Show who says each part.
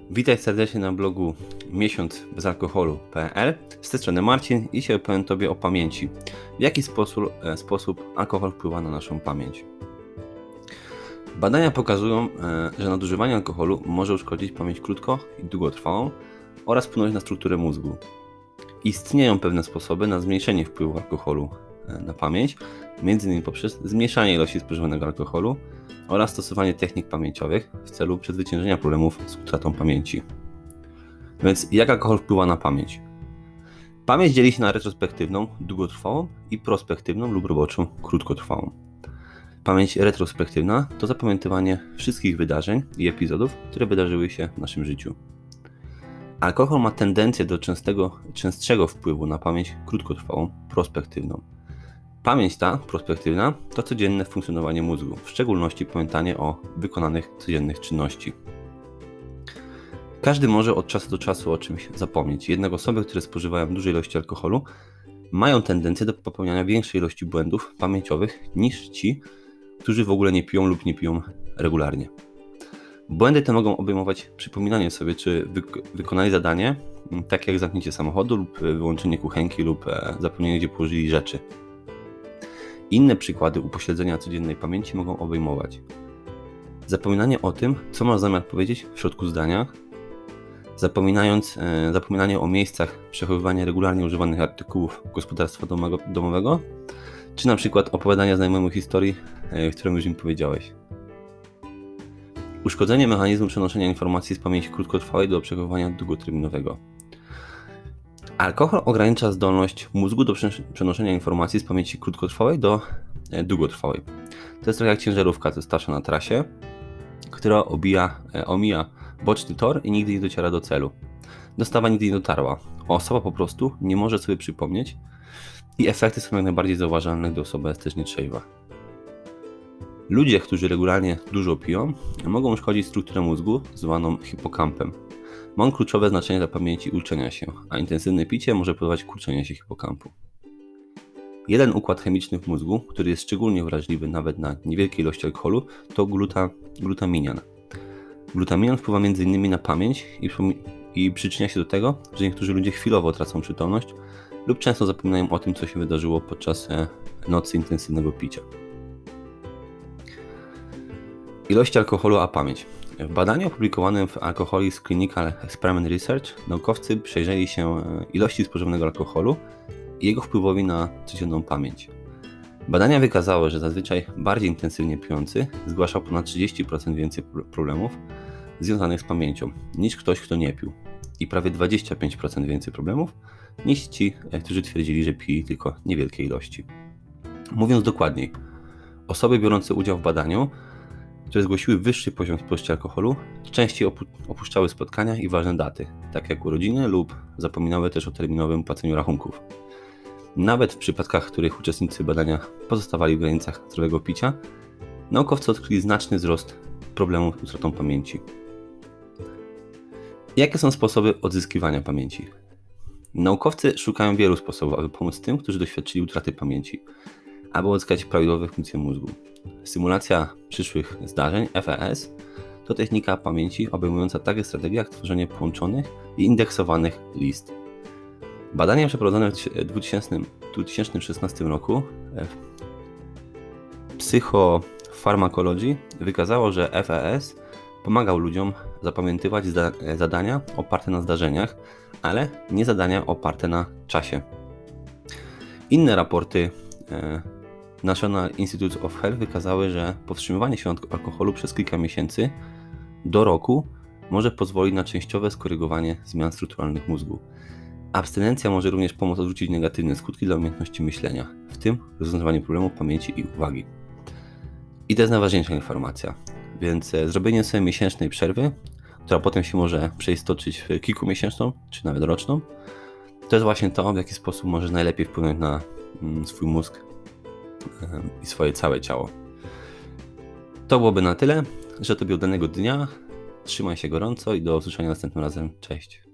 Speaker 1: Witaj serdecznie na blogu miesiącbezalkoholu.pl. Z tej strony Marcin i dzisiaj opowiem Tobie o pamięci. W jaki sposób alkohol wpływa na naszą pamięć. Badania pokazują, że nadużywanie alkoholu może uszkodzić pamięć krótko i długotrwałą oraz wpłynąć na strukturę mózgu. Istnieją pewne sposoby na zmniejszenie wpływu alkoholu na pamięć, m.in. poprzez zmniejszanie ilości spożywanego alkoholu oraz stosowanie technik pamięciowych w celu przezwyciężenia problemów z utratą pamięci. Więc jak alkohol wpływa na pamięć? Pamięć dzieli się na retrospektywną, długotrwałą i prospektywną lub roboczą, krótkotrwałą. Pamięć retrospektywna to zapamiętywanie wszystkich wydarzeń i epizodów, które wydarzyły się w naszym życiu. Alkohol ma tendencję do częstszego wpływu na pamięć krótkotrwałą, prospektywną. Pamięć ta, prospektywna, to codzienne funkcjonowanie mózgu, w szczególności pamiętanie o wykonanych codziennych czynności. Każdy może od czasu do czasu o czymś zapomnieć, jednak osoby, które spożywają duże ilości alkoholu, mają tendencję do popełniania większej ilości błędów pamięciowych niż ci, którzy w ogóle nie piją lub nie piją regularnie. Błędy te mogą obejmować przypominanie sobie, czy wykonali zadanie, takie jak zamknięcie samochodu lub wyłączenie kuchenki lub zapomnienie, gdzie położyli rzeczy. Inne przykłady upośledzenia codziennej pamięci mogą obejmować zapominanie o tym, co masz zamiar powiedzieć w środku zdania, zapominanie o miejscach przechowywania regularnie używanych artykułów gospodarstwa domowego, czy na przykład opowiadania znajomemu historii, którą już im powiedziałeś. Uszkodzenie mechanizmu przenoszenia informacji z pamięci krótkotrwałej do przechowywania długoterminowego. Alkohol ogranicza zdolność mózgu do przenoszenia informacji z pamięci krótkotrwałej do długotrwałej. To jest trochę jak ciężarówka, co starsza na trasie, która omija boczny tor i nigdy nie dociera do celu. Dostawa nigdy nie dotarła. Osoba po prostu nie może sobie przypomnieć i efekty są jak najbardziej zauważalne, gdy osoba jest też nietrzeźwa. Ludzie, którzy regularnie dużo piją, mogą uszkodzić strukturę mózgu zwaną hipokampem. Ma on kluczowe znaczenie dla pamięci i uczenia się, a intensywne picie może powodować kurczenie się hipokampu. Jeden układ chemiczny w mózgu, który jest szczególnie wrażliwy nawet na niewielkie ilości alkoholu, to glutaminian. Glutaminian wpływa m.in. na pamięć i przyczynia się do tego, że niektórzy ludzie chwilowo tracą przytomność lub często zapominają o tym, co się wydarzyło podczas nocy intensywnego picia. Ilości alkoholu a pamięć. W badaniu opublikowanym w Alcoholics Clinical Experiment Research naukowcy przejrzeli się ilości spożywanego alkoholu i jego wpływowi na codzienną pamięć. Badania wykazały, że zazwyczaj bardziej intensywnie pijący zgłaszał ponad 30% więcej problemów związanych z pamięcią niż ktoś, kto nie pił, i prawie 25% więcej problemów niż ci, którzy twierdzili, że pili tylko niewielkie ilości. Mówiąc dokładniej, osoby biorące udział w badaniu, które zgłosiły wyższy poziom spożycia alkoholu, częściej opuszczały spotkania i ważne daty, takie jak urodziny, lub zapominały też o terminowym płaceniu rachunków. Nawet w przypadkach, w których uczestnicy badania pozostawali w granicach zdrowego picia, naukowcy odkryli znaczny wzrost problemów z utratą pamięci. Jakie są sposoby odzyskiwania pamięci? Naukowcy szukają wielu sposobów, aby pomóc tym, którzy doświadczyli utraty pamięci, aby odzyskać prawidłowe funkcje mózgu. Symulacja przyszłych zdarzeń, FES, to technika pamięci obejmująca takie strategie jak tworzenie połączonych i indeksowanych list. Badania przeprowadzone w 2016 roku w Psychofarmakologii wykazało, że FES pomagał ludziom zapamiętywać zadania oparte na zdarzeniach, ale nie zadania oparte na czasie. Inne raporty National Institute of Health wykazały, że powstrzymywanie się od alkoholu przez kilka miesięcy do roku może pozwolić na częściowe skorygowanie zmian strukturalnych mózgu. Abstynencja może również pomóc odwrócić negatywne skutki dla umiejętności myślenia, w tym rozwiązywanie problemów pamięci i uwagi. I to jest najważniejsza informacja, więc zrobienie sobie miesięcznej przerwy, która potem się może przeistoczyć w kilkumiesięczną czy nawet roczną, to jest właśnie to, w jaki sposób możesz najlepiej wpłynąć na swój mózg i swoje całe ciało. To byłoby na tyle. Życzę Tobie udanego dnia, trzymaj się gorąco i do usłyszenia następnym razem. Cześć.